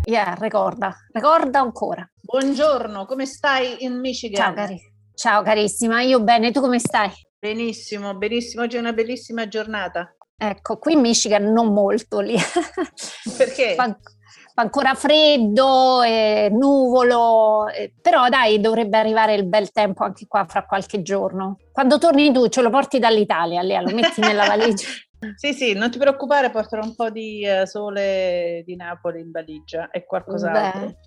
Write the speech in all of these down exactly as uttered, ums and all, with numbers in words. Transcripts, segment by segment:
Yeah, ricorda, ricorda ancora. Buongiorno, come stai in Michigan? Ciao, cari- Ciao carissima, io bene, tu come stai? Benissimo, benissimo, oggi è una bellissima giornata. Ecco, qui in Michigan non molto lì. Perché? Fa, fa ancora freddo, e nuvolo, eh, però dai, dovrebbe arrivare il bel tempo anche qua fra qualche giorno. Quando torni tu ce lo porti dall'Italia, Lea, lo metti nella valigia. Sì, sì, non ti preoccupare, porterò un po' di uh, sole di Napoli in valigia e qualcos'altro. Beh.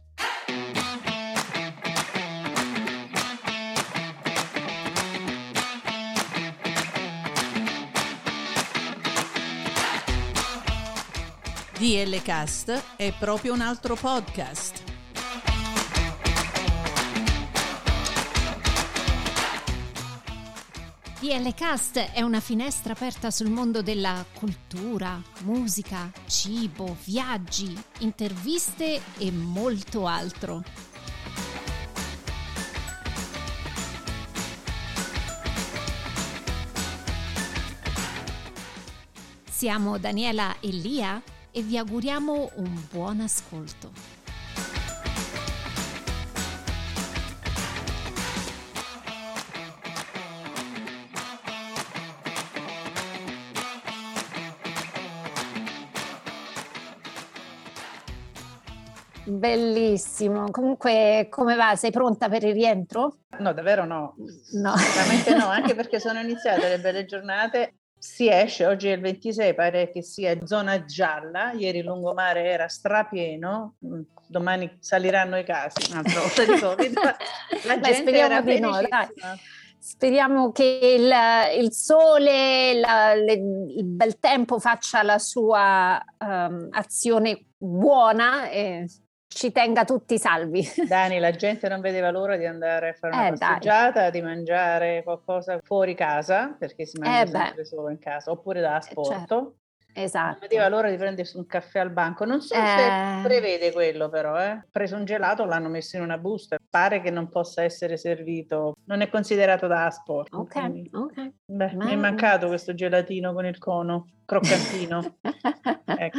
D L Cast è proprio un altro podcast. D L Cast è una finestra aperta sul mondo della cultura, musica, cibo, viaggi, interviste e molto altro. Siamo Daniela e Lia e vi auguriamo un buon ascolto. Bellissimo. Comunque, come va? Sei pronta per il rientro? No, davvero no. No. Sicuramente no, anche perché sono iniziate le belle giornate. Si esce, oggi è il ventisei, pare che sia zona gialla, ieri il lungomare era strapieno, domani saliranno i casi, un'altra volta di Covid, la Beh, gente speriamo era di no, dai. felicissima. Speriamo che il, il sole, la, le, il bel tempo faccia la sua um, azione buona e ci tenga tutti salvi. Dani, la gente non vedeva l'ora di andare a fare una Eh, passeggiata, dai. Di mangiare qualcosa fuori casa, perché si mangia Eh, sempre beh. solo in casa, oppure da asporto. Certo. Esatto. Non vedeva l'ora di prendersi un caffè al banco. Non so eh... se prevede quello, però. Eh. Ho preso un gelato, l'hanno messo in una busta. Pare che non possa essere servito. Non è considerato da asporto. Ok, quindi... ok. Beh, Ma... mi è mancato questo gelatino con il cono croccantino. Ecco.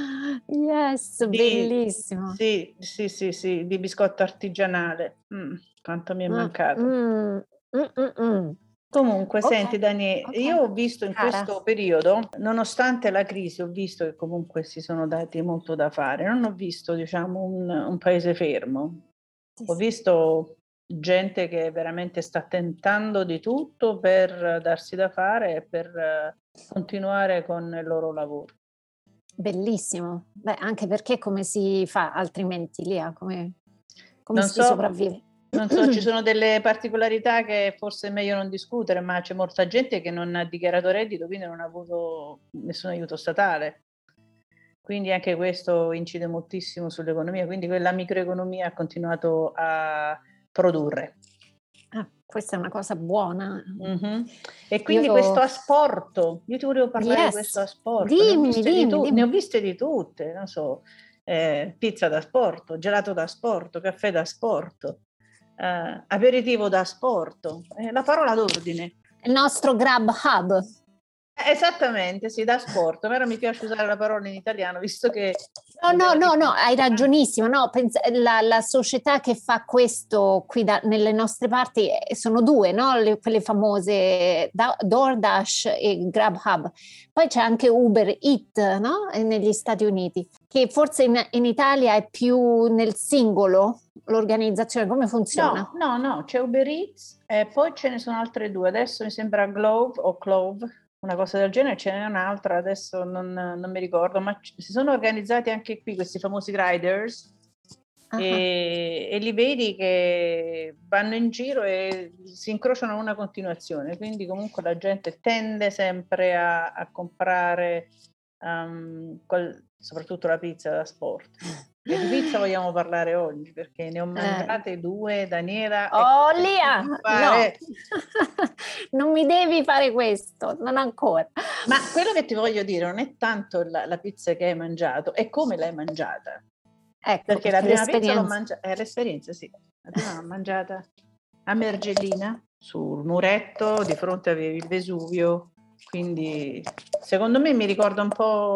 Yes, di, bellissimo. Sì, sì, sì, sì, di biscotto artigianale. Mm, quanto mi è mancato. Mm, mm, mm, mm. Comunque, okay, senti Dani, okay. io ho visto in Cara. questo periodo, nonostante la crisi, ho visto che comunque si sono dati molto da fare, non ho visto, diciamo, un, un paese fermo. Sì, ho sì. visto gente che veramente sta tentando di tutto per darsi da fare e per continuare con il loro lavoro. Bellissimo. Beh, anche perché come si fa altrimenti, Lia? Come, come non si so, sopravvive? Non so, ci sono delle particolarità che forse è meglio non discutere, ma c'è molta gente che non ha dichiarato reddito, quindi non ha avuto nessun aiuto statale. Quindi anche questo incide moltissimo sull'economia, quindi quella microeconomia ha continuato a produrre. Ah, questa è una cosa buona. Mm-hmm. E quindi io... questo asporto, io ti volevo parlare yes. di questo asporto, Dimmi, ne ho viste, dimmi, di, tu- dimmi. ne ho viste di tutte, non so, eh, pizza da sport, gelato da sport, caffè da sport. Uh, aperitivo da sport, eh, la parola d'ordine. Il nostro Grab Hub. Esattamente, sì, da sport, però mi piace usare la parola in italiano, visto che... No, no, no, no, hai ragionissimo, no, pensa, la, la società che fa questo qui da, nelle nostre parti sono due, no? Le, quelle famose da, DoorDash e GrabHub. Poi c'è anche Uber Eats, no? Negli Stati Uniti, che forse in, in Italia è più nel singolo l'organizzazione, come funziona? No, no, no, c'è Uber Eats e poi ce ne sono altre due, adesso mi sembra Glove o Clove, una cosa del genere, ce n'è un'altra, adesso non, non mi ricordo, ma c- si sono organizzati anche qui questi famosi riders uh-huh. e, e li vedi che vanno in giro e si incrociano una continuazione, quindi comunque la gente tende sempre a, a comprare um, qual, soprattutto la pizza da sport. E di pizza vogliamo parlare oggi perché ne ho mangiate eh. due, Daniela. Oh, Lia, no, non mi devi fare questo, non ancora. Ma quello che ti voglio dire non è tanto la, la pizza che hai mangiato, è come l'hai mangiata. Ecco, perché, perché la prima pizza l'ho mangiata, eh, l'esperienza sì, la prima l'ho mangiata a Mergellina, sul muretto, di fronte avevi il Vesuvio, quindi secondo me mi ricorda un po'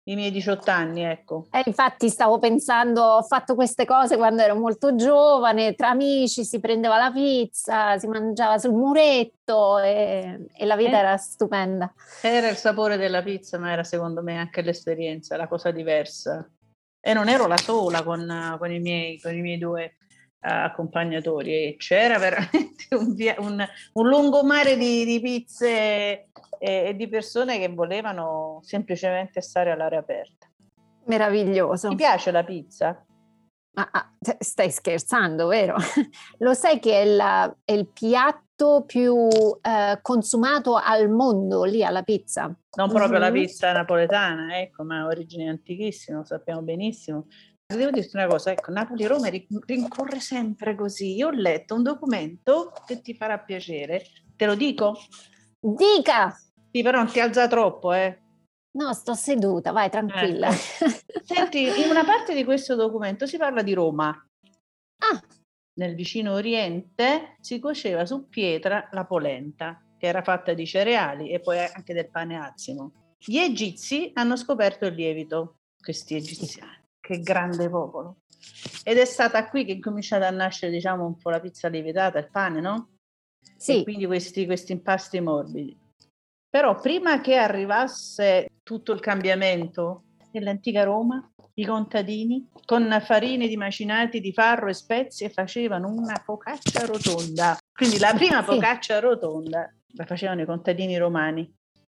i miei diciotto anni, ecco. Eh, infatti stavo pensando, ho fatto queste cose quando ero molto giovane, tra amici si prendeva la pizza, si mangiava sul muretto e, e la vita Eh, era stupenda. Era il sapore della pizza, ma era secondo me anche l'esperienza, la cosa diversa. E non ero la sola con, con i, miei, con i miei due uh, accompagnatori, e c'era veramente un, via, un, un lungomare di, di pizze e, e di persone che volevano semplicemente stare all'aria aperta. Meraviglioso. Ti piace la pizza? Ah, ah, stai scherzando, vero? Lo sai che è, la, è il piatto più eh, consumato al mondo lì alla pizza? Non proprio mm-hmm. La pizza napoletana, ecco, ma ha origine antichissime, lo sappiamo benissimo. Devo dirti una cosa, ecco, Napoli-Roma rincorre sempre così. Io ho letto un documento che ti farà piacere, te lo dico? Dica! Sì, però non ti alza troppo, eh. No, sto seduta, vai tranquilla. Eh, Senti, in una parte di questo documento si parla di Roma. Ah. Nel vicino Oriente si cuoceva su pietra la polenta, che era fatta di cereali e poi anche del pane azzimo. Gli egizi hanno scoperto il lievito, questi egiziani, che grande popolo. Ed è stata qui che è cominciata a nascere, diciamo, un po' la pizza lievitata, il pane, no? Sì. E quindi questi, questi impasti morbidi. Però prima che arrivasse tutto il cambiamento nell'antica Roma, i contadini con farine di macinati di farro e spezie facevano una focaccia rotonda. Quindi la prima sì. focaccia rotonda la facevano i contadini romani.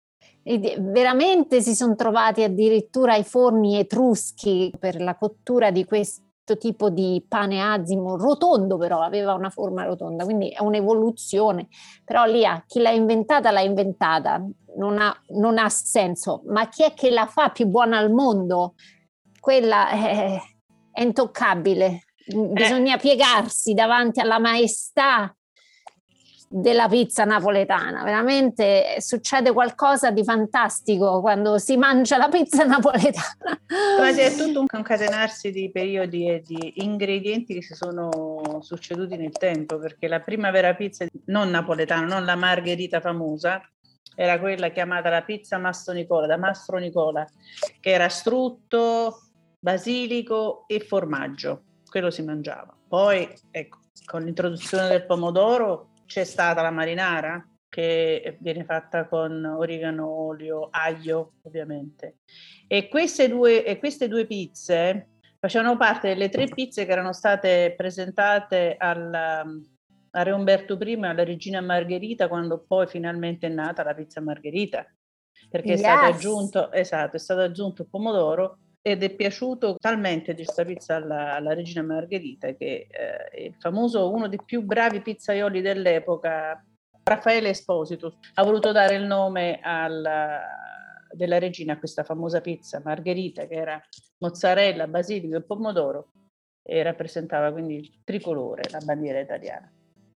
E veramente si sono trovati addirittura i forni etruschi per la cottura di questo tipo di pane azzimo rotondo, però aveva una forma rotonda, quindi è un'evoluzione. Però lì a chi l'ha inventata l'ha inventata, non ha, non ha senso. Ma chi è che la fa più buona al mondo? Quella è, è intoccabile. Bisogna eh. piegarsi davanti alla maestà della pizza napoletana. Veramente succede qualcosa di fantastico quando si mangia la pizza napoletana. Ma è tutto un concatenarsi di periodi e di ingredienti che si sono succeduti nel tempo, perché la prima vera pizza non napoletana, non la margherita famosa, era quella chiamata la pizza Mastro Nicola, da Mastro Nicola, che era strutto, basilico e formaggio. Quello si mangiava. Poi, ecco, con l'introduzione del pomodoro c'è stata la marinara, che viene fatta con origano, olio, aglio, ovviamente. E queste due, e queste due pizze facevano parte delle tre pizze che erano state presentate al, a Re Umberto primo e alla regina Margherita, quando poi finalmente è nata la pizza Margherita, perché yes. è stato aggiunto, esatto, è stato aggiunto il pomodoro, ed è piaciuto talmente di questa pizza alla, alla regina Margherita che eh, il famoso, uno dei più bravi pizzaioli dell'epoca, Raffaele Esposito, ha voluto dare il nome alla, della regina a questa famosa pizza Margherita, che era mozzarella, basilico e pomodoro, e rappresentava quindi il tricolore, la bandiera italiana.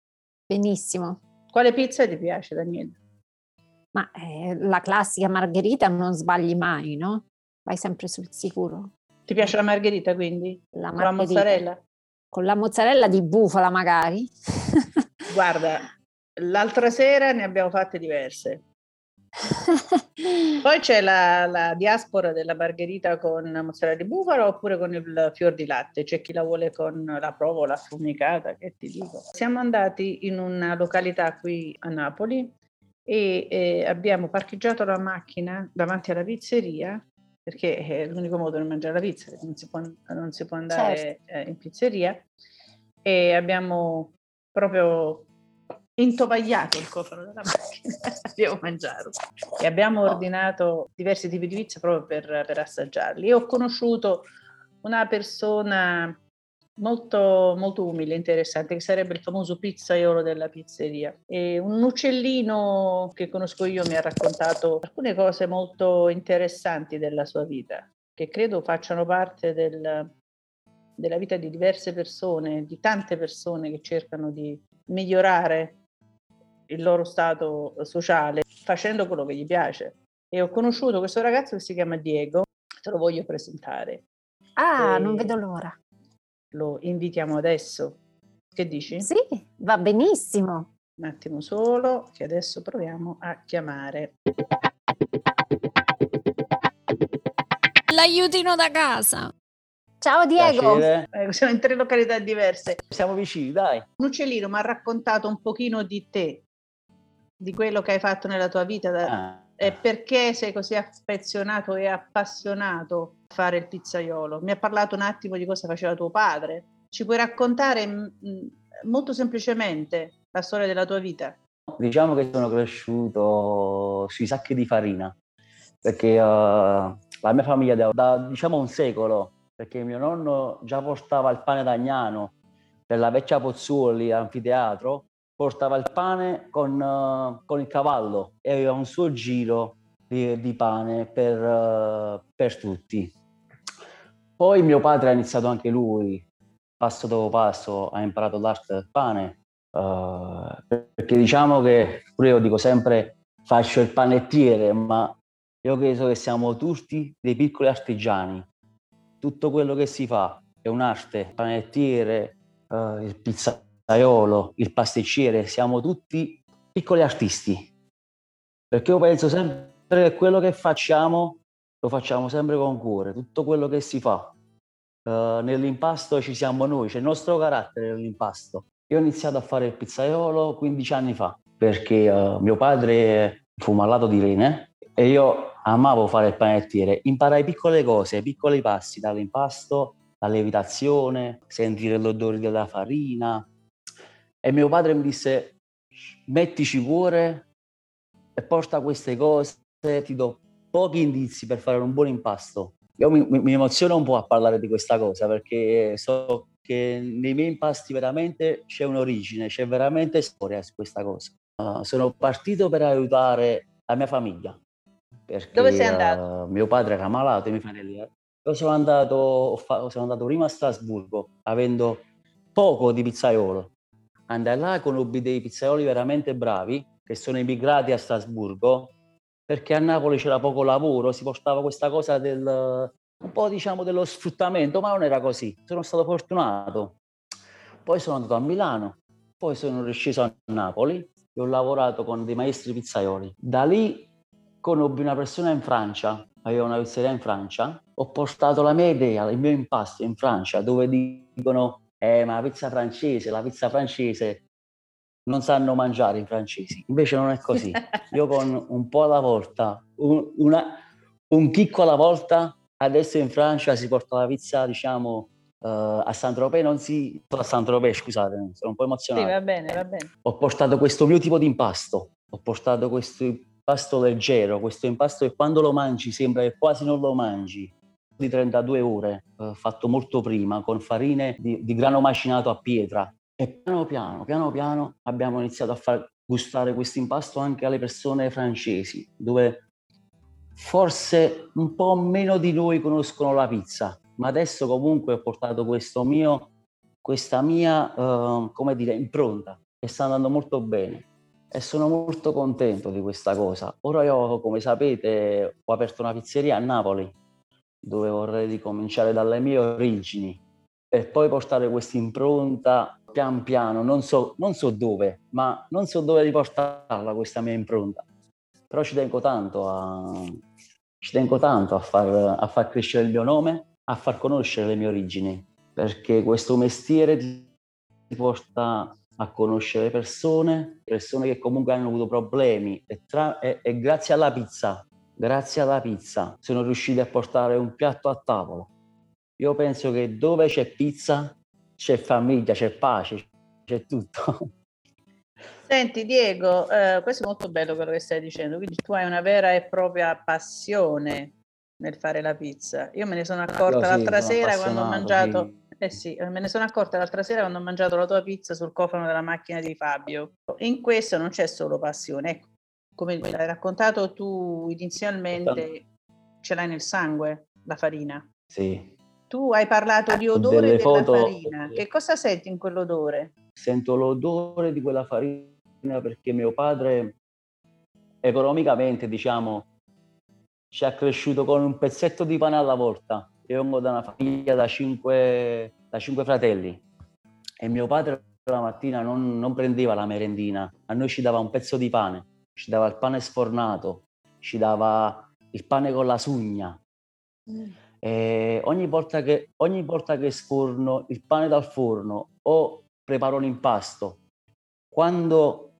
Benissimo. Quale pizza ti piace, Daniele? Ma eh, la classica Margherita, non sbagli mai, no? Vai sempre sul sicuro. Ti piace la Margherita, quindi? La Con la mozzarella? Con la mozzarella di bufala, magari. Guarda, l'altra sera ne abbiamo fatte diverse. Poi c'è la, la diaspora della Margherita con mozzarella di bufala oppure con il fior di latte. C'è chi la vuole con la provola affumicata, che ti dico. Siamo andati in una località qui a Napoli e eh, abbiamo parcheggiato la macchina davanti alla pizzeria, perché è l'unico modo di mangiare la pizza, non si può, non si può andare certo. eh, in pizzeria, e abbiamo proprio intovagliato il cofano della macchina, abbiamo mangiato e abbiamo ordinato diversi tipi di pizza proprio per, per assaggiarli. Io ho conosciuto una persona molto, molto umile, interessante, che sarebbe il famoso pizzaiolo della pizzeria. E un uccellino che conosco io mi ha raccontato alcune cose molto interessanti della sua vita, che credo facciano parte del, della vita di diverse persone, di tante persone che cercano di migliorare il loro stato sociale facendo quello che gli piace. E ho conosciuto questo ragazzo che si chiama Diego, te lo voglio presentare. Ah, e non vedo l'ora. Lo invitiamo adesso. Che dici? Sì, va benissimo. Un attimo solo, che adesso proviamo a chiamare. l'aiutino da casa. Ciao Diego. Eh, siamo in tre località diverse. Siamo vicini, dai. Un uccellino mi ha raccontato un pochino di te, di quello che hai fatto nella tua vita da, Ah. e perché sei così affezionato e appassionato a fare il pizzaiolo. Mi ha parlato un attimo di cosa faceva tuo padre. Ci puoi raccontare mh, molto semplicemente la storia della tua vita? Diciamo che sono cresciuto sui sacchi di farina, perché uh, la mia famiglia da, da diciamo un secolo, perché mio nonno già portava il pane d'Agnano per la vecchia Pozzuoli, anfiteatro, portava il pane con, uh, con il cavallo e aveva un suo giro di, di pane per, uh, per tutti. Poi mio padre ha iniziato anche lui, passo dopo passo, ha imparato l'arte del pane, uh, perché diciamo che pure io dico sempre faccio il panettiere, ma io credo che siamo tutti dei piccoli artigiani. Tutto quello che si fa è un'arte, il panettiere, uh, il pizzaiolo, il pasticcere, siamo tutti piccoli artisti, perché io penso sempre che quello che facciamo lo facciamo sempre con cuore, tutto quello che si fa. Uh, nell'impasto ci siamo noi, c'è il nostro carattere nell'impasto. Io ho iniziato a fare il pizzaiolo quindici anni fa, perché uh, mio padre fu malato di rene e io amavo fare il panettiere, imparai piccole cose, piccoli passi dall'impasto, la lievitazione, sentire l'odore della farina. E mio padre mi disse: mettici cuore e porta queste cose, ti do pochi indizi per fare un buon impasto. Io mi, mi emoziono un po' a parlare di questa cosa, perché so che nei miei impasti veramente c'è un'origine, c'è veramente storia su questa cosa. Uh, sono partito per aiutare la mia famiglia. Perché, dove sei andato? Uh, mio padre era malato e i miei fratelli. Io sono andato, sono andato prima a Strasburgo, avendo poco di pizzaiolo. Andai là e conobbi dei pizzaioli veramente bravi che sono emigrati a Strasburgo, perché a Napoli c'era poco lavoro, si portava questa cosa del un po' diciamo dello sfruttamento, ma non era così. Sono stato fortunato. Poi sono andato a Milano, poi sono risceso a Napoli e ho lavorato con dei maestri pizzaioli. Da lì conobbi una persona in Francia, aveva una pizzeria in Francia, ho portato la mia idea, il mio impasto in Francia, dove dicono eh ma la pizza francese, la pizza francese non sanno mangiare i francesi. Invece non è così. Io con un po' alla volta, un, una, un chicco alla volta, adesso in Francia si porta la pizza, diciamo, uh, a Saint-Tropez, non si... a Saint-Tropez, scusate, sono un po' emozionato. Sì, va bene, va bene. Ho portato questo mio tipo di impasto, ho portato questo impasto leggero, questo impasto che quando lo mangi sembra che quasi non lo mangi, di trentadue ore, uh, fatto molto prima, con farine di, di grano macinato a pietra. E piano piano, piano piano abbiamo iniziato a far gustare questo impasto anche alle persone francesi, dove forse un po' meno di noi conoscono la pizza, ma adesso comunque ho portato questo mio, questa mia, uh, come dire, impronta, che sta andando molto bene e sono molto contento di questa cosa. Ora io, come sapete, ho aperto una pizzeria a Napoli, dove vorrei ricominciare dalle mie origini e poi portare questa impronta pian piano, non so, non so dove, ma non so dove riportarla questa mia impronta, però ci tengo tanto a, ci tengo tanto a far, a far crescere il mio nome, a far conoscere le mie origini, perché questo mestiere ti, ti porta a conoscere persone, persone che comunque hanno avuto problemi e, tra, e, e grazie alla pizza, grazie alla pizza sono riusciti a portare un piatto a tavola. Io penso che dove c'è pizza c'è famiglia, c'è pace, c'è tutto. Senti Diego, eh, questo è molto bello quello che stai dicendo, quindi tu hai una vera e propria passione nel fare la pizza. Io me ne sono accorta Io sì, l'altra sono sera quando ho mangiato, sì. eh sì, me ne sono accorta l'altra sera quando ho mangiato la tua pizza sul cofano della macchina di Fabio. In questo non c'è solo passione, ecco, come hai raccontato tu inizialmente, ce l'hai nel sangue, la farina. Sì. Tu hai parlato di odore delle della foto, farina, che cosa senti in quell'odore? Sento l'odore di quella farina perché mio padre economicamente, diciamo, ci ha cresciuto con un pezzetto di pane alla volta. Io vengo da una famiglia da cinque, da cinque fratelli e mio padre la mattina non, non prendeva la merendina, a noi ci dava un pezzo di pane, ci dava il pane sfornato, ci dava il pane con la sugna. E ogni volta che, ogni volta che sforno il pane dal forno o preparo un impasto, quando,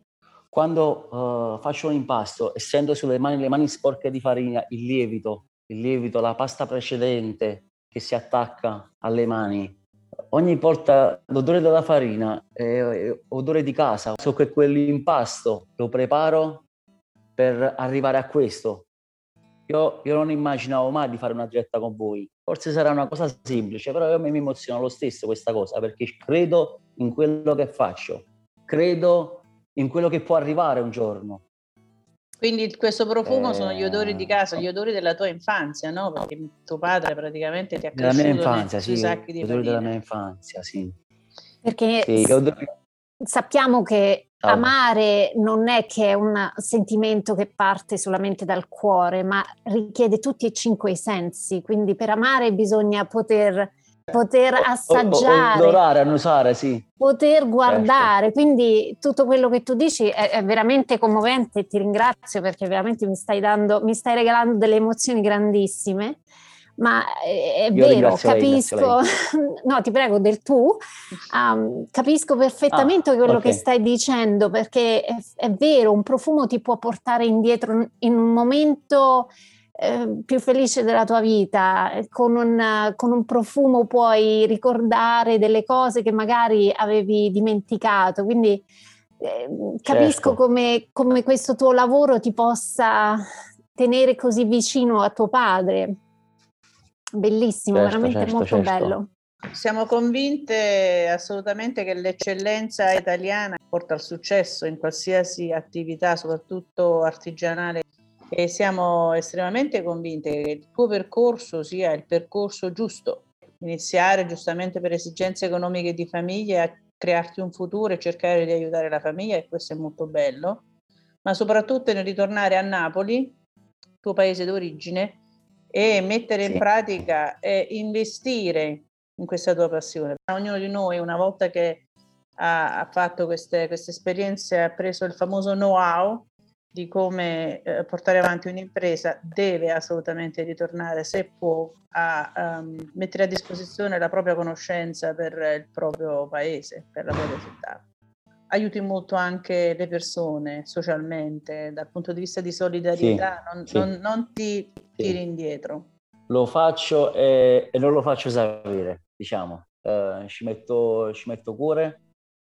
quando uh, faccio un impasto e sento sulle mani le mani sporche di farina, il lievito, il lievito, la pasta precedente che si attacca alle mani, ogni volta l'odore della farina è odore di casa. So che quell'impasto lo preparo per arrivare a questo. Io, io non immaginavo mai di fare una diretta con voi. Forse sarà una cosa semplice, però a me mi emoziona lo stesso questa cosa, perché credo in quello che faccio, credo in quello che può arrivare un giorno. Quindi questo profumo eh, sono gli odori di casa, gli odori della tua infanzia, no? Perché tuo padre praticamente ti ha della mia cresciuto infanzia, sui sì, sacchi di gli odori farina. della mia infanzia, sì. Perché Sì, odori... sappiamo che Ciao. Amare non è che è un sentimento che parte solamente dal cuore, ma richiede tutti e cinque i sensi. Quindi per amare bisogna poter, poter assaggiare, odorare, annusare, sì. Poter guardare. Certo. Quindi tutto quello che tu dici è, è veramente commovente e ti ringrazio perché veramente mi stai dando, mi stai regalando delle emozioni grandissime. Ma è, è Io vero, ringrazio lei, capisco, ringrazio lei. no, ti prego, del tu, um, capisco perfettamente Ah, quello okay. che stai dicendo, perché è, è vero, un profumo ti può portare indietro in un momento eh, più felice della tua vita. Con un, con un profumo puoi ricordare delle cose che magari avevi dimenticato, quindi eh, capisco Certo. come, come questo tuo lavoro ti possa tenere così vicino a tuo padre. Bellissimo, Certo, veramente certo, molto certo. bello. Siamo convinte assolutamente che l'eccellenza italiana porta al successo in qualsiasi attività, soprattutto artigianale, e siamo estremamente convinte che il tuo percorso sia il percorso giusto. Iniziare giustamente per esigenze economiche e di famiglia a crearti un futuro e cercare di aiutare la famiglia, e questo è molto bello, ma soprattutto nel ritornare a Napoli, tuo paese d'origine, e mettere in Sì. pratica e investire in questa tua passione. Ognuno di noi, una volta che ha, ha fatto queste, queste esperienze, ha preso il famoso know-how di come eh, portare avanti un'impresa, deve assolutamente ritornare, se può, a um, mettere a disposizione la propria conoscenza per il proprio paese, per la propria città. Aiuti molto anche le persone socialmente, dal punto di vista di solidarietà, Sì, non, sì. non, non ti tiri Sì. indietro. Lo faccio e, e non lo faccio sapere, diciamo. Uh, ci metto, ci metto cuore,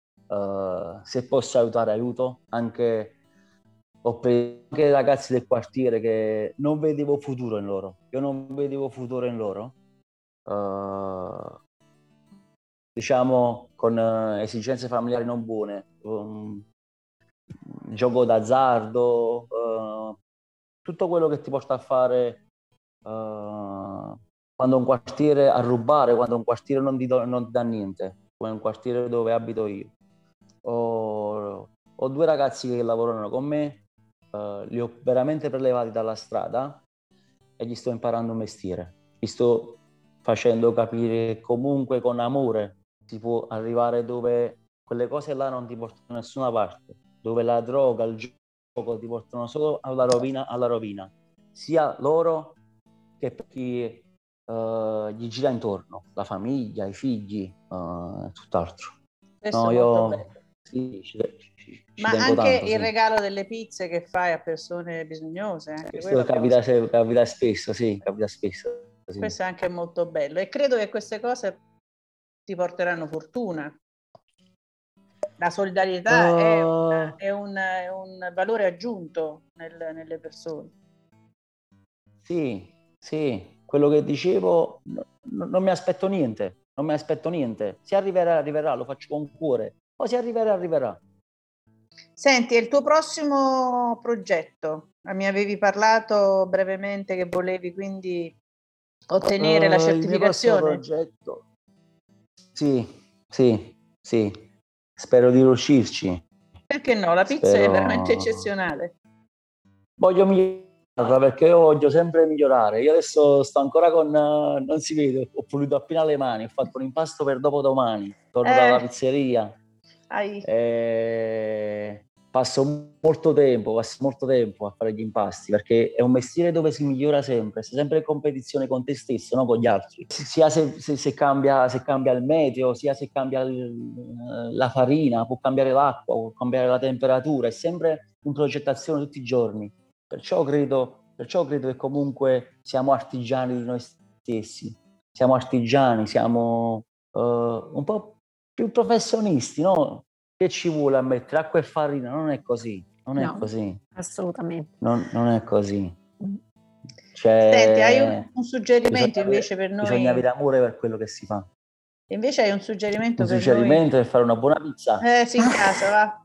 uh, se posso aiutare aiuto. Anche ho preso anche ragazzi del quartiere che non vedevo futuro in loro. Io non vedevo futuro in loro. Uh, diciamo con uh, esigenze familiari non buone, um, gioco d'azzardo, uh, tutto quello che ti porta a fare uh, quando un quartiere a rubare, quando un quartiere non ti, do, non ti dà niente, come un quartiere dove abito io. Ho, ho due ragazzi che lavorano con me, uh, li ho veramente prelevati dalla strada e gli sto imparando un mestiere. Gli sto facendo capire che comunque con amore si può arrivare dove quelle cose là non ti portano da nessuna parte, dove la droga, il gioco ti portano solo alla rovina, alla rovina, sia loro che per chi uh, gli gira intorno, la famiglia, i figli, uh, tutt'altro. Questo No, è molto io bello. sì, ci, ci, ci Ma tengo anche tanto, il sì. regalo delle pizze che fai a persone bisognose, anche Questo capita, se, capita spesso, sì, capita spesso. Sì. Questo è anche molto bello e credo che queste cose ti porteranno fortuna. La solidarietà uh... è, un, è, un, è un valore aggiunto nel, nelle persone. Sì, sì, quello che dicevo, no, non mi aspetto niente, non mi aspetto niente. Se arriverà, arriverà, lo faccio con cuore. Poi se arriverà, arriverà. Senti, è il tuo prossimo progetto? Mi avevi parlato brevemente che volevi quindi ottenere uh, la certificazione? Il mio prossimo progetto? Sì, sì, sì. Spero di riuscirci. Perché no? La pizza Spero... è veramente eccezionale. Voglio migliorarla perché io voglio sempre migliorare. Io adesso sto ancora con... Uh, non si vede, ho pulito appena le mani, ho fatto un impasto per dopodomani, torno eh. dalla pizzeria. Ai. E... passo molto tempo, passo molto tempo a fare gli impasti, perché è un mestiere dove si migliora sempre, sei sempre in competizione con te stesso, non con gli altri. Sia se, se, se, cambia, se cambia il meteo, sia se cambia il, la farina, può cambiare l'acqua, può cambiare la temperatura, è sempre in progettazione tutti i giorni. Perciò credo, perciò credo che comunque siamo artigiani di noi stessi, siamo artigiani, siamo uh, un po' più professionisti, no? Che ci vuole a mettere acqua e farina? Non è così, non è no, così. Assolutamente. Non, non è così. Cioè, Senti, hai un, un suggerimento invece avere, per noi? Bisogna avere amore per quello che si fa. Invece hai un suggerimento un per suggerimento noi? è fare una buona pizza. Eh sì, in casa, va.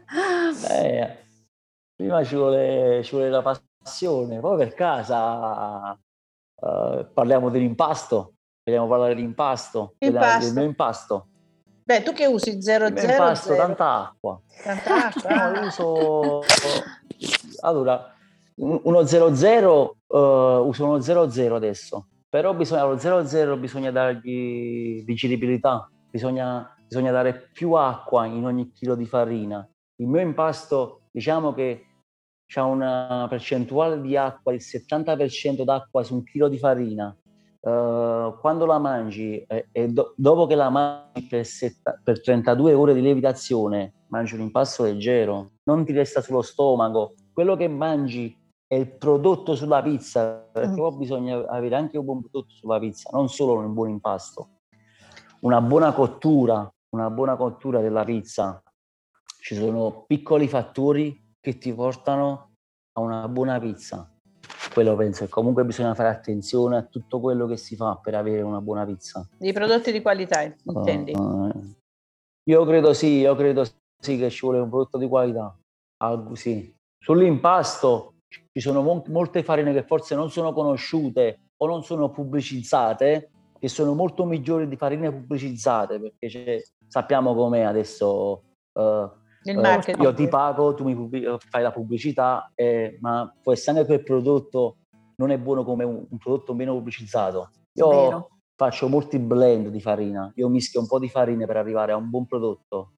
eh, prima ci vuole, ci vuole la passione, poi per casa uh, parliamo dell'impasto, vogliamo parlare dell'impasto, Impasto. del mio impasto. Beh, tu che usi zero Il mio zero impasto, zero? tanta acqua. Tanta acqua? No, uso... Allora, uno zero zero, uh, uso uno zero zero adesso, però bisogna, allo zero zero bisogna dargli digeribilità, bisogna, bisogna dare più acqua in ogni chilo di farina. Il mio impasto, diciamo che c'ha una percentuale di acqua, il settanta per cento d'acqua su un chilo di farina. Uh, quando la mangi eh, e do- dopo che la mangi per, setta- per trentadue ore di lievitazione, mangi un impasto leggero, non ti resta sullo stomaco. Quello che mangi è il prodotto sulla pizza, perché poi bisogna avere anche un buon prodotto sulla pizza, non solo un buon impasto. Una buona cottura, una buona cottura della pizza. Ci sono piccoli fattori che ti portano a una buona pizza. Quello penso che comunque bisogna fare attenzione a tutto quello che si fa per avere una buona pizza. Di prodotti di qualità, intendi? Uh, io credo sì, io credo sì che ci vuole un prodotto di qualità. Algo sì. Sull'impasto ci sono mo- molte farine che forse non sono conosciute o non sono pubblicizzate, che sono molto migliori di farine pubblicizzate, perché sappiamo com'è adesso. Uh, Il uh, marketing. io ti pago, tu mi pubblic- fai la pubblicità, eh, ma può essere anche quel prodotto non è buono come un, un prodotto meno pubblicizzato. Io Vero. faccio molti blend di farina, io mischio un po' di farine per arrivare a un buon prodotto.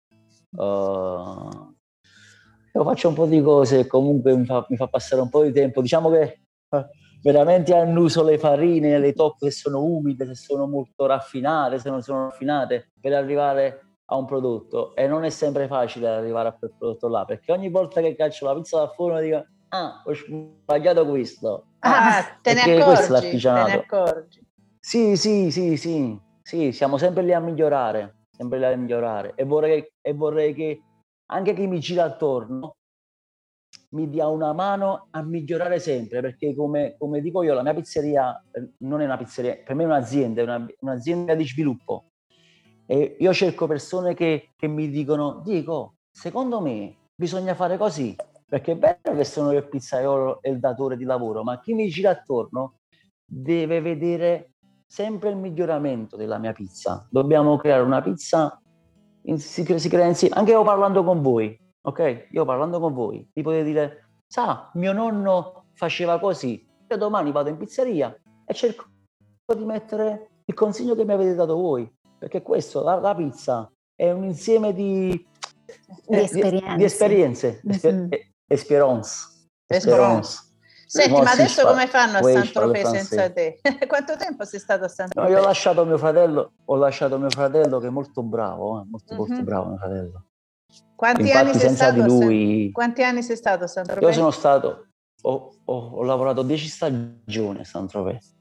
Uh, io faccio un po' di cose, comunque mi fa, mi fa passare un po' di tempo. Diciamo che eh, veramente annuso le farine, le toppe se sono umide, se sono molto raffinate, se non sono raffinate, per arrivare a un prodotto. E non è sempre facile arrivare a quel prodotto là, perché ogni volta che caccio la pizza dal forno dico ah, ho sbagliato questo. Ah, te ne perché questo è accorgi, te l'artigianato. ne accorgi. Sì, sì, sì, sì, sì, siamo sempre lì a migliorare, sempre lì a migliorare. E vorrei, e vorrei che anche chi mi gira attorno mi dia una mano a migliorare sempre, perché come, come dico io, la mia pizzeria eh, non è una pizzeria, per me è un'azienda, è una, un'azienda di sviluppo. E io cerco persone che, che mi dicono, Dico, secondo me bisogna fare così, perché è vero che sono il pizzaiolo e il datore di lavoro, ma chi mi gira attorno deve vedere sempre il miglioramento della mia pizza. Dobbiamo creare una pizza, in, si, si crea insieme, anche io parlando con voi, ok? Io parlando con voi, vi potete dire, sa, mio nonno faceva così, io domani vado in pizzeria e cerco di mettere il consiglio che mi avete dato voi, perché questo, la, la pizza, è un insieme di, di eh, esperienze, di, di esperienze, mm-hmm. esperienze, esperienze. Senti, ma adesso come fanno a Saint-Tropez senza te? Quanto tempo sei stato a Saint-Tropez? No, io ho lasciato mio fratello, ho lasciato mio fratello che è molto bravo, eh, molto, mm-hmm. molto bravo mio fratello. Quanti Infatti, anni sei senza stato di lui... a Quanti anni sei stato a Saint-Tropez? Io sono stato, ho, ho, ho lavorato dieci stagioni a Saint-Tropez.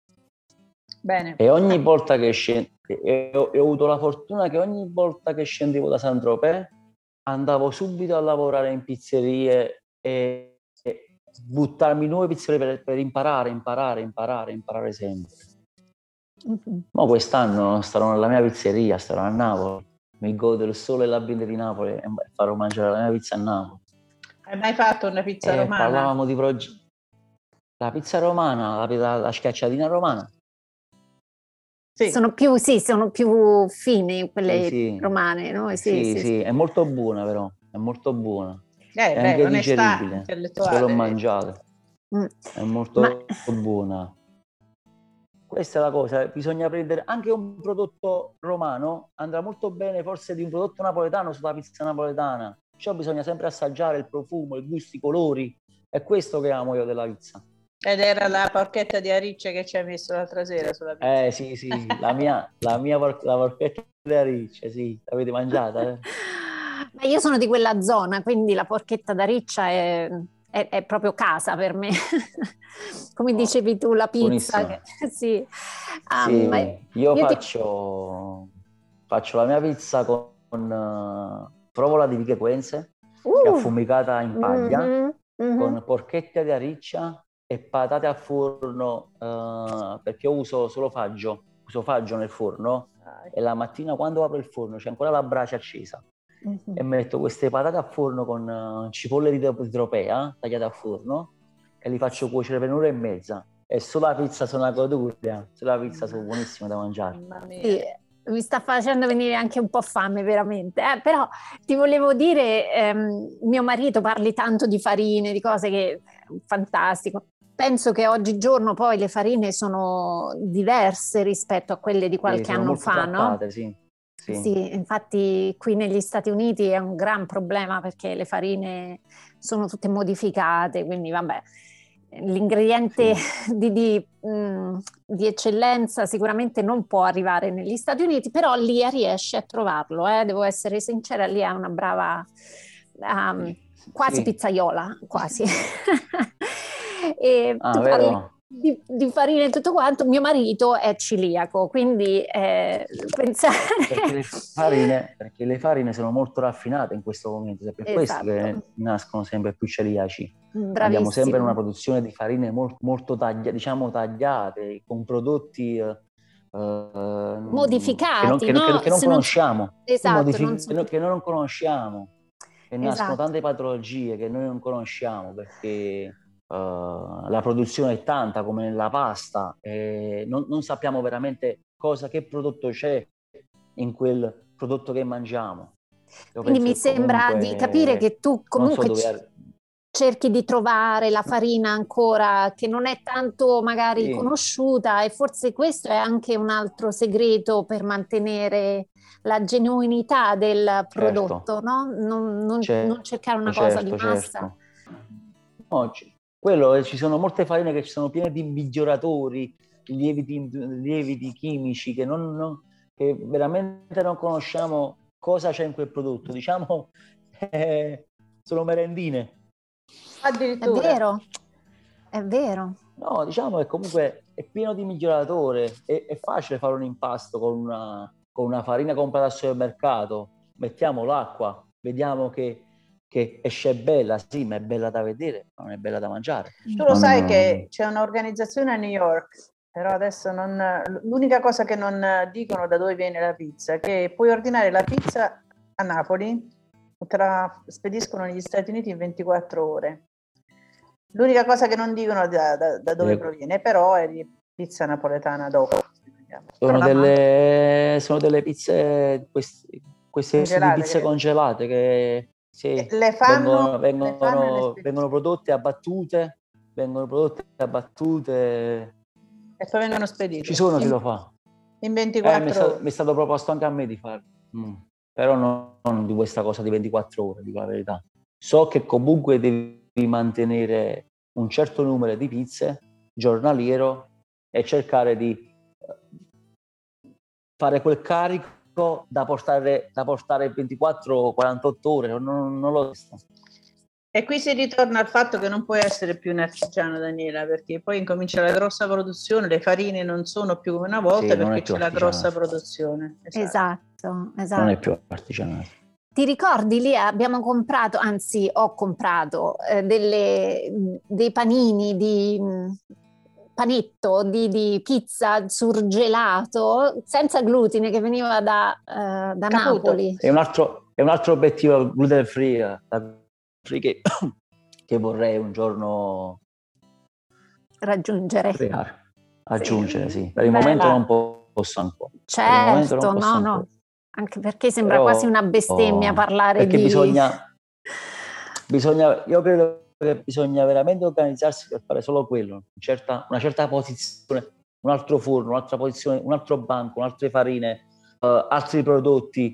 Bene. E ogni volta che scendo, e ho, e ho avuto la fortuna che ogni volta che scendevo da Saint-Tropez andavo subito a lavorare in pizzerie e, e buttarmi in nuove pizzerie per, per imparare, imparare, imparare, imparare sempre. Mm-hmm. Ma quest'anno starò nella mia pizzeria, starò a Napoli, mi godo il sole e l'ambiente di Napoli e farò mangiare la mia pizza a Napoli. Hai mai fatto una pizza e romana? Parlavamo di progetti. La pizza romana, la, la, la schiacciatina romana. Sì. Sono più, sì, sono più fini quelle sì, sì. romane, no? Sì sì, sì, sì, è molto buona però, è molto buona. Eh, è beh, anche digeribile, io l'ho mangiata. Mm. È molto Ma... buona. Questa è la cosa, bisogna prendere anche un prodotto romano, andrà molto bene forse di un prodotto napoletano sulla pizza napoletana. Cioè bisogna sempre assaggiare il profumo, il gusto, i colori. È questo che amo io della pizza. Ed era la porchetta di ariccia che ci hai messo l'altra sera sulla pizza. Eh sì, sì, la mia, la mia por- la porchetta di ariccia, sì, l'avete mangiata? Eh? Ma io sono di quella zona, quindi la porchetta da riccia è, è- è proprio casa per me. Come dicevi tu, la pizza. Buonissima. Che- sì. Sì, Um, io io ti- faccio, faccio la mia pizza con, con eh, provola di Viche Quenze, che è Uh, affumicata in paglia, mhm, mhm. con porchetta di ariccia e patate al forno, eh, perché io uso solo faggio, uso faggio nel forno, e la mattina quando apro il forno c'è ancora la brace accesa Mhm. e metto queste patate a forno con eh, cipolle di di tropea tagliate a forno e li faccio cuocere per un'ora e mezza. E sulla pizza sono una goduria, sulla pizza sono buonissime da mangiare. Mamma mia. Sì, mi sta facendo venire anche un po' fame veramente. Eh, però ti volevo dire, ehm, mio marito parli tanto di farine, di cose che è fantastico. Penso che oggigiorno poi le farine sono diverse rispetto a quelle di Sì, qualche sono anno molto fa, no? trattate, sì. Sì. Sì, infatti qui negli Stati Uniti è un gran problema perché le farine sono tutte modificate, quindi vabbè, l'ingrediente Sì. di, di, mh, di eccellenza sicuramente non può arrivare negli Stati Uniti, però Lia riesce a trovarlo, eh, devo essere sincera, Lia è una brava, um, quasi Sì. pizzaiola, quasi. E Ah, tu parli vero? di, di farine e tutto quanto, mio marito è celiaco, quindi eh, pensare... Perché le farine, perché le farine sono molto raffinate in questo momento, è per questo che Esatto, nascono sempre più celiaci. Andiamo sempre in una bravissimo. produzione di farine molto, molto taglia- diciamo tagliate, con prodotti eh, che non, Modificati, che non- che non- no? che non Se non- conosciamo, sì, Esatto, non modific- che so- non- che noi non conosciamo, e nascono esatto. tante patologie che noi non conosciamo perché Uh, la produzione è tanta come nella pasta e non, non sappiamo veramente cosa, che prodotto c'è in quel prodotto che mangiamo. Io Quindi penso mi che sembra di capire comunque che tu non so comunque dove c- ar- cerchi di trovare la farina ancora che non è tanto magari sì, conosciuta e forse questo è anche un altro segreto per mantenere la genuinità del certo, prodotto, no? Non, non- non cercare certo, una cosa di certo, massa. certo. No, ci- quello, eh, ci sono molte farine che sono piene di miglioratori, lieviti, lieviti chimici che, non, non- che veramente non conosciamo cosa c'è in quel prodotto. Diciamo, eh, sono merendine. È Addirittura. vero, è vero. No, diciamo che comunque è pieno di miglioratore. È, è facile fare un impasto con una, con una farina comprata al supermercato. Mettiamo l'acqua, vediamo che, che esce bella, sì, ma è bella da vedere, ma non è bella da mangiare. Tu lo Non- sai non- che c'è un'organizzazione a New York, però adesso non, l'unica cosa che non dicono da dove viene la pizza è che puoi ordinare la pizza a Napoli e te la spediscono negli Stati Uniti in ventiquattro ore. L'unica cosa che non dicono da, da- da dove Eh. proviene, però, è di pizza napoletana dopo. Sono Però la delle, sono delle pizze, queste, queste Congelate, pizze credo. congelate che sì, Le fanno, vengono, le fanno e le vengono, spediscono. vengono prodotte abbattute, vengono prodotte abbattute. E poi vengono spedite. Ci sono chi in, lo fa. in Eh, mi, è ventiquattro stato, ore. mi è stato proposto anche a me di farlo, mm. Però non, non di questa cosa di ventiquattro ore, dico la verità. So che comunque devi mantenere un certo numero di pizze giornaliero e cercare di eh, fare quel carico da portare, da portare ventiquattro quarantotto ore, non, non lo so. E qui si ritorna al fatto che non puoi essere più un artigiano, Daniela, perché poi incomincia la grossa produzione, le farine non sono più come una volta, Sì, non perché è più c'è la artigianato. grossa produzione. Esatto, esatto. Non è più artigianato. Ti ricordi lì abbiamo comprato, anzi ho comprato eh, delle, dei panini di mh, panetto di, di pizza surgelato senza glutine che veniva da, eh, da Caputo. Napoli. È un altro, è un altro obiettivo gluten free, free che, che vorrei un giorno Raggiungere. creare, aggiungere, sì. Per Beh, il momento va. non posso ancora. Per il momento Certo, non posso no, ancora. no, anche perché sembra Però, quasi una bestemmia parlare perché di... bisogna, bisogna, io credo che bisogna veramente organizzarsi per fare solo quello, una certa, una certa posizione, un altro forno, un'altra posizione, un altro banco, altre farine, uh, altri prodotti,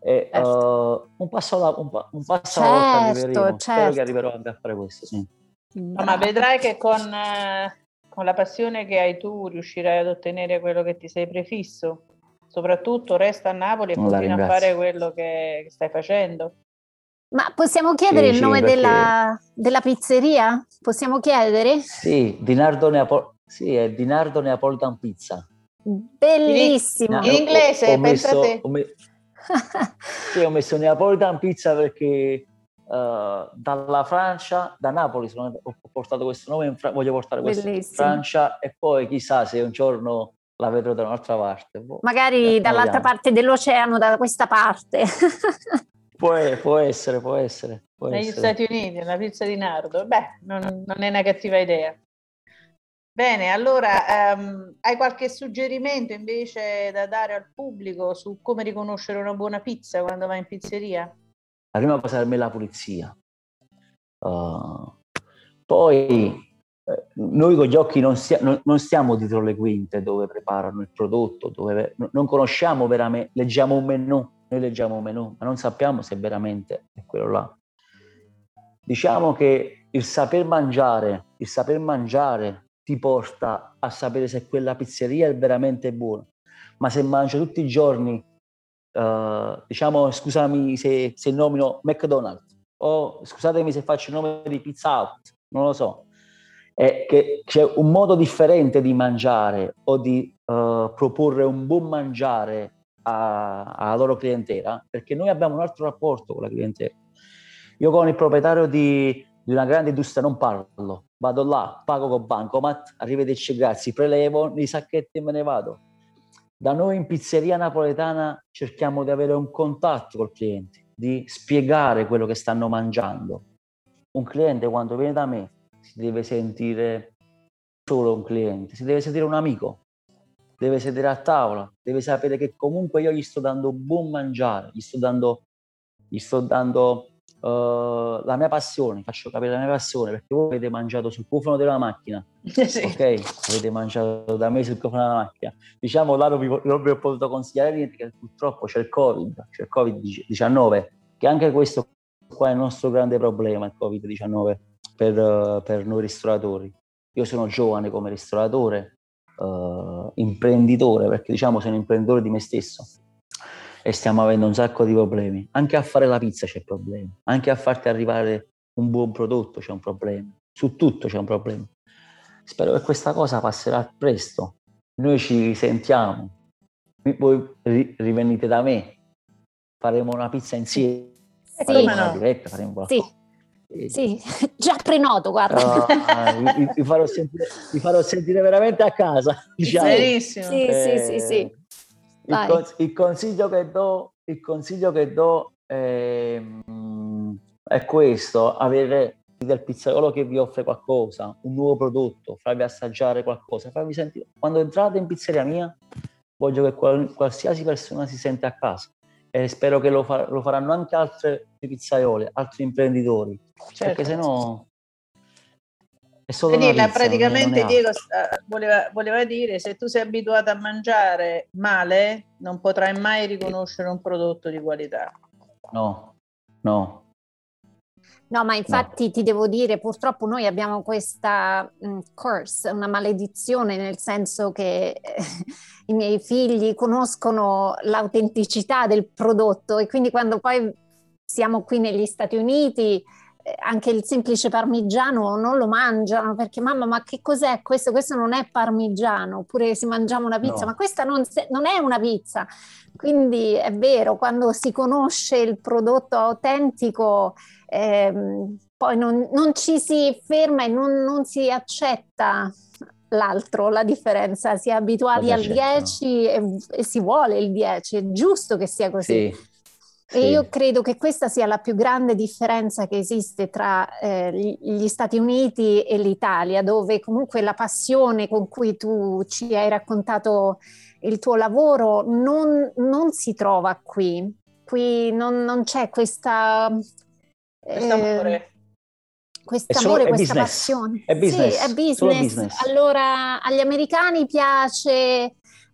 E, Certo. uh, un passo alla, un, pa- un passo alla volta Certo, arriveremo. Spero certo. che arriverò anche a fare questo, sì. No, ma vedrai che con, eh, con la passione che hai tu riuscirai ad ottenere quello che ti sei prefisso. Soprattutto resta a Napoli e La continua a ringrazio. fare quello che, che stai facendo. Ma possiamo chiedere Sì, il sì, nome perché- della, della pizzeria? Possiamo chiedere? Sì, Di Nardo, Neapo- sì, è Di Nardo Neapolitan Pizza. Bellissimo. In inglese, ho, ho pensa messo, te. ho me- sì, ho messo Neapolitan Pizza perché uh, dalla Francia, da Napoli sono, ho portato questo nome, in Fra- voglio portare questo in Bellissimo. Francia e poi chissà se un giorno la vedrò da un'altra parte. Boh, Magari piano dall'altra piano. parte dell'oceano, da questa parte. Può, può essere, può essere. Può Negli essere. Stati Uniti, una pizza di nardo. Beh, non, non è una cattiva idea. Bene, allora ehm, hai qualche suggerimento invece da dare al pubblico su come riconoscere una buona pizza quando vai in pizzeria? La prima cosa per me è la pulizia. Uh, poi eh, noi con gli occhi non, stia, non, non stiamo dietro le quinte dove preparano il prodotto, dove non conosciamo veramente, leggiamo un menù, noi leggiamo un menù, ma non sappiamo se veramente è quello là. Diciamo che il saper mangiare, il saper mangiare ti porta a sapere se quella pizzeria è veramente buona, ma se mangio tutti i giorni, uh, diciamo, scusami se, se nomino McDonald's, o scusatemi se faccio il nome di Pizza Hut, non lo so, è che c'è un modo differente di mangiare o di uh, proporre un buon mangiare alla loro clientela, perché noi abbiamo un altro rapporto con la clientela. Io con il proprietario di, di una grande industria non parlo, vado là, pago con bancomat, arrivederci, grazie, prelevo i sacchetti e me ne vado. Da noi in pizzeria napoletana cerchiamo di avere un contatto col cliente, di spiegare quello che stanno mangiando. Un cliente quando viene da me si deve sentire solo un cliente, si deve sentire un amico, deve sedere a tavola, deve sapere che comunque io gli sto dando buon mangiare, gli sto dando, gli sto dando uh, la mia passione, faccio capire la mia passione, perché voi avete mangiato sul cofano della macchina, Sì. ok? Avete mangiato da me sul cofano della macchina. Diciamo, là non vi, non vi ho potuto consigliare niente, che purtroppo c'è il Covid, c'è il covid diciannove, che anche questo qua è il nostro grande problema, il covid diciannove, per, uh, per noi ristoratori. Io sono giovane come ristoratore, Uh, imprenditore, perché diciamo sono imprenditore di me stesso e stiamo avendo un sacco di problemi. Anche a fare la pizza c'è problemi, anche a farti arrivare un buon prodotto c'è un problema, su tutto c'è un problema. Spero che questa cosa passerà presto, noi ci risentiamo, voi rivenite da me, faremo una pizza insieme, sì. faremo Sì. una diretta, faremo qualcosa. Sì. Sì, già prenoto, guarda. Uh, vi, vi, farò sentire, vi farò sentire veramente a casa. Diciamo. Benissimo. Sì, eh, sì, sì, sì. Il, cons- il consiglio che do, il consiglio che do è, è questo: avere del pizzaiolo che vi offre qualcosa, un nuovo prodotto, farvi assaggiare qualcosa, farvi sentire. Quando entrate in pizzeria mia, voglio che qual- qualsiasi persona si sente a casa. E spero che lo, fa- lo faranno anche altre pizzaiole, altri imprenditori, Certo. perché se no è solo Daniela, una pizza, praticamente non è, non è Diego uh, voleva, voleva dire: se tu sei abituato a mangiare male, non potrai mai riconoscere un prodotto di qualità. No, no. No, ma infatti no. Ti devo dire, purtroppo noi abbiamo questa um, curse, una maledizione, nel senso che eh, i miei figli conoscono l'autenticità del prodotto e quindi quando poi siamo qui negli Stati Uniti eh, anche il semplice parmigiano non lo mangiano perché mamma ma che cos'è questo? Questo non è parmigiano, oppure se mangiamo una pizza, no. Ma questa non, se- non è una pizza. Quindi è vero, quando si conosce il prodotto autentico ehm, poi non, non ci si ferma e non, non si accetta l'altro, la differenza, si è abituati al dieci e, e si vuole il dieci, è giusto che sia così. Sì. E sì. io credo che questa sia la più grande differenza che esiste tra eh, gli Stati Uniti e l'Italia, dove comunque la passione con cui tu ci hai raccontato il tuo lavoro non, non si trova qui. Qui non, non c'è questa... Questo amore. Eh, quest'amore, questa business. passione. È business. Sì, è business. business. Allora, agli americani piace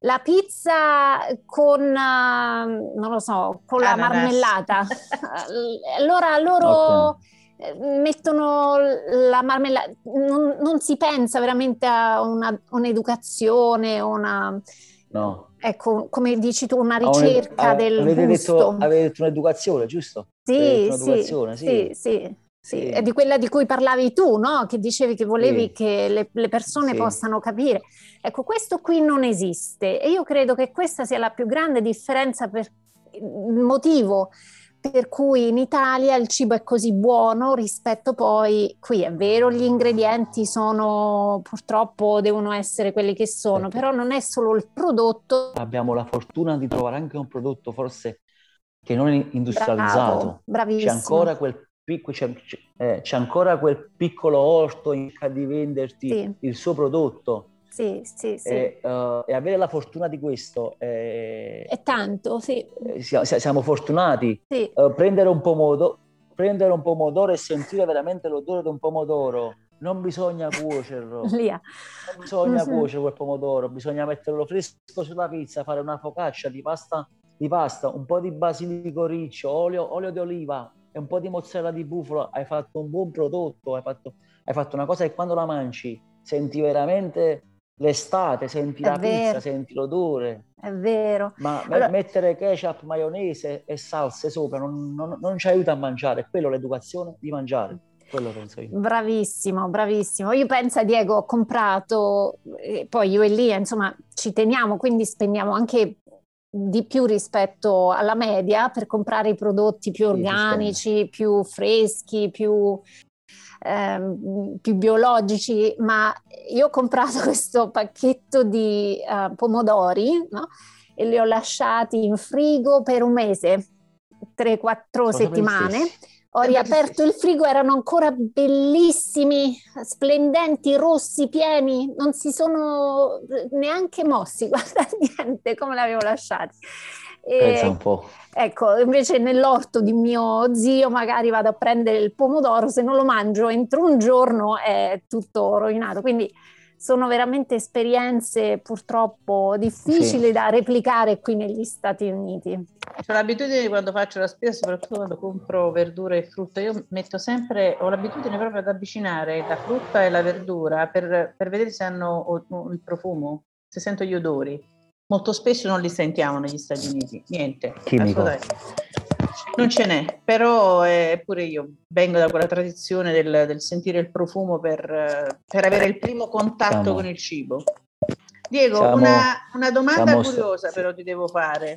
La pizza con, uh, non lo so, con la Ananas. marmellata. Allora loro okay. mettono la marmellata, non, non si pensa veramente a una, un'educazione, una... No. Ecco, come dici tu, una ricerca ah, del avete gusto. Detto, avete detto un'educazione, giusto? Sì, un'educazione, sì, sì, sì, sì, sì. sì. È di quella di cui parlavi tu, no? Che dicevi che volevi sì. che le, le persone sì. possano capire. Ecco, questo qui non esiste e io credo che questa sia la più grande differenza, per il motivo per cui in Italia il cibo è così buono rispetto poi qui. È vero, gli ingredienti sono, purtroppo devono essere quelli che sono, Perché però non è solo il prodotto. Abbiamo la fortuna di trovare anche un prodotto forse che non è industrializzato. Bravo, bravissimo. C'è ancora quel piccolo, c'è, eh, c'è ancora quel piccolo orto in cerca di venderti sì. il suo prodotto. Sì, sì, sì. E, uh, e avere la fortuna di questo è, è tanto, sì. Siamo, siamo fortunati. Sì. Uh, prendere un pomodoro, prendere un pomodoro e sentire veramente l'odore di un pomodoro. Non bisogna cuocerlo. Lia. Non bisogna mm-hmm. cuocere quel pomodoro, bisogna metterlo fresco sulla pizza, fare una focaccia di pasta, di pasta, un po' di basilico riccio, olio, olio di oliva e un po' di mozzarella di bufala. Hai fatto un buon prodotto, hai fatto, hai fatto una cosa che quando la mangi senti veramente l'estate, senti È la vero. pizza, senti l'odore. È vero. Ma allora... mettere ketchup, maionese e salse sopra non, non, non ci aiuta a mangiare, è quello l'educazione di mangiare. Quello penso io. Bravissimo, bravissimo. Io penso, Diego, ho comprato, eh, poi io e Lia, insomma, ci teniamo, quindi spendiamo anche di più rispetto alla media per comprare i prodotti più organici, più freschi, più, ehm, più biologici, ma io ho comprato questo pacchetto di uh, pomodori, no? E li ho lasciati in frigo per un mese, tre quattro settimane. Ho riaperto il frigo, erano ancora bellissimi, splendenti, rossi, pieni, non si sono neanche mossi, guarda, niente, come l'avevo lasciati. E, pensa un po'. Ecco, invece nell'orto di mio zio magari vado a prendere il pomodoro, se non lo mangio entro un giorno è tutto rovinato, quindi sono veramente esperienze purtroppo difficili sì. da replicare qui negli Stati Uniti. Ho l'abitudine quando faccio la spesa, soprattutto quando compro verdura e frutta, io metto sempre, ho l'abitudine proprio ad avvicinare la frutta e la verdura per, per vedere se hanno il profumo, se sento gli odori. Molto spesso non li sentiamo negli Stati Uniti, niente. Chimico. Non ce n'è, però eh, pure io vengo da quella tradizione del, del sentire il profumo per, per avere il primo contatto siamo, con il cibo. Diego, siamo, una, una domanda curiosa st- però ti devo fare.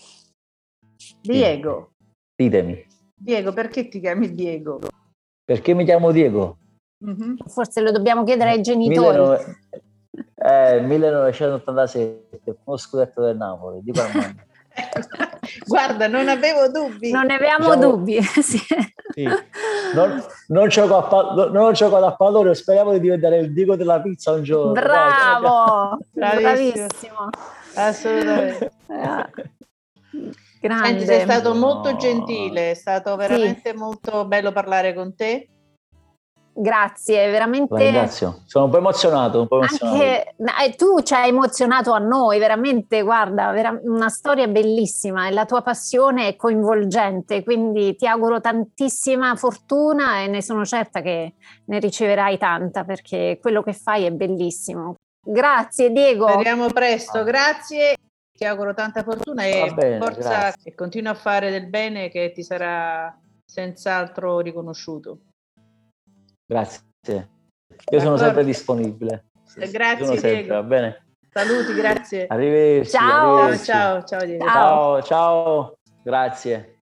Diego. Ditemi. Diego, perché ti chiami Diego? Perché mi chiamo Diego? Mm-hmm. Forse lo dobbiamo chiedere ai genitori. Millenove- eh, millenovecentottantasette, uno scudetto del Napoli, dico al mondo. Guarda, non avevo dubbi. Non ne avevamo diciamo, dubbi. Sì. Sì. Non, non gioco a non, non gioco ad pallone, speriamo di diventare il Diego della pizza un giorno. Bravo, Dai, bravissimo. bravissimo. Assolutamente. Grande. Senti, sei stato molto no. gentile, è stato veramente sì. molto bello parlare con te. Grazie, veramente. La ringrazio, sono un po' emozionato. Un po' emozionato. Anche tu ci hai emozionato a noi, veramente, guarda, vera- una storia bellissima e la tua passione è coinvolgente, quindi ti auguro tantissima fortuna e ne sono certa che ne riceverai tanta perché quello che fai è bellissimo. Grazie Diego. Speriamo presto, grazie. Ti auguro tanta fortuna e bene, forza grazie. e continua a fare del bene che ti sarà senz'altro riconosciuto. Grazie, io D'accordo. sono sempre disponibile. Grazie sono sempre, Diego. Va bene. Saluti, grazie. Arrivederci. Ciao. Arrivederci. Ciao, ciao Diego. Ciao, ciao. Grazie.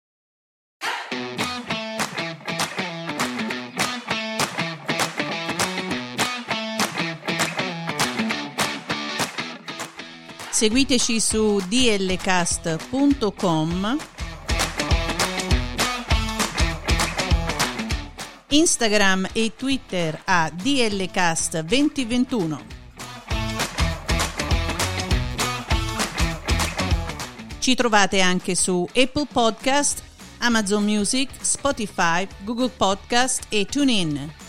Seguiteci su d l cast punto com, Instagram e Twitter a D L Cast duemilaventuno. Ci trovate anche su Apple Podcast, Amazon Music, Spotify, Google Podcast e TuneIn.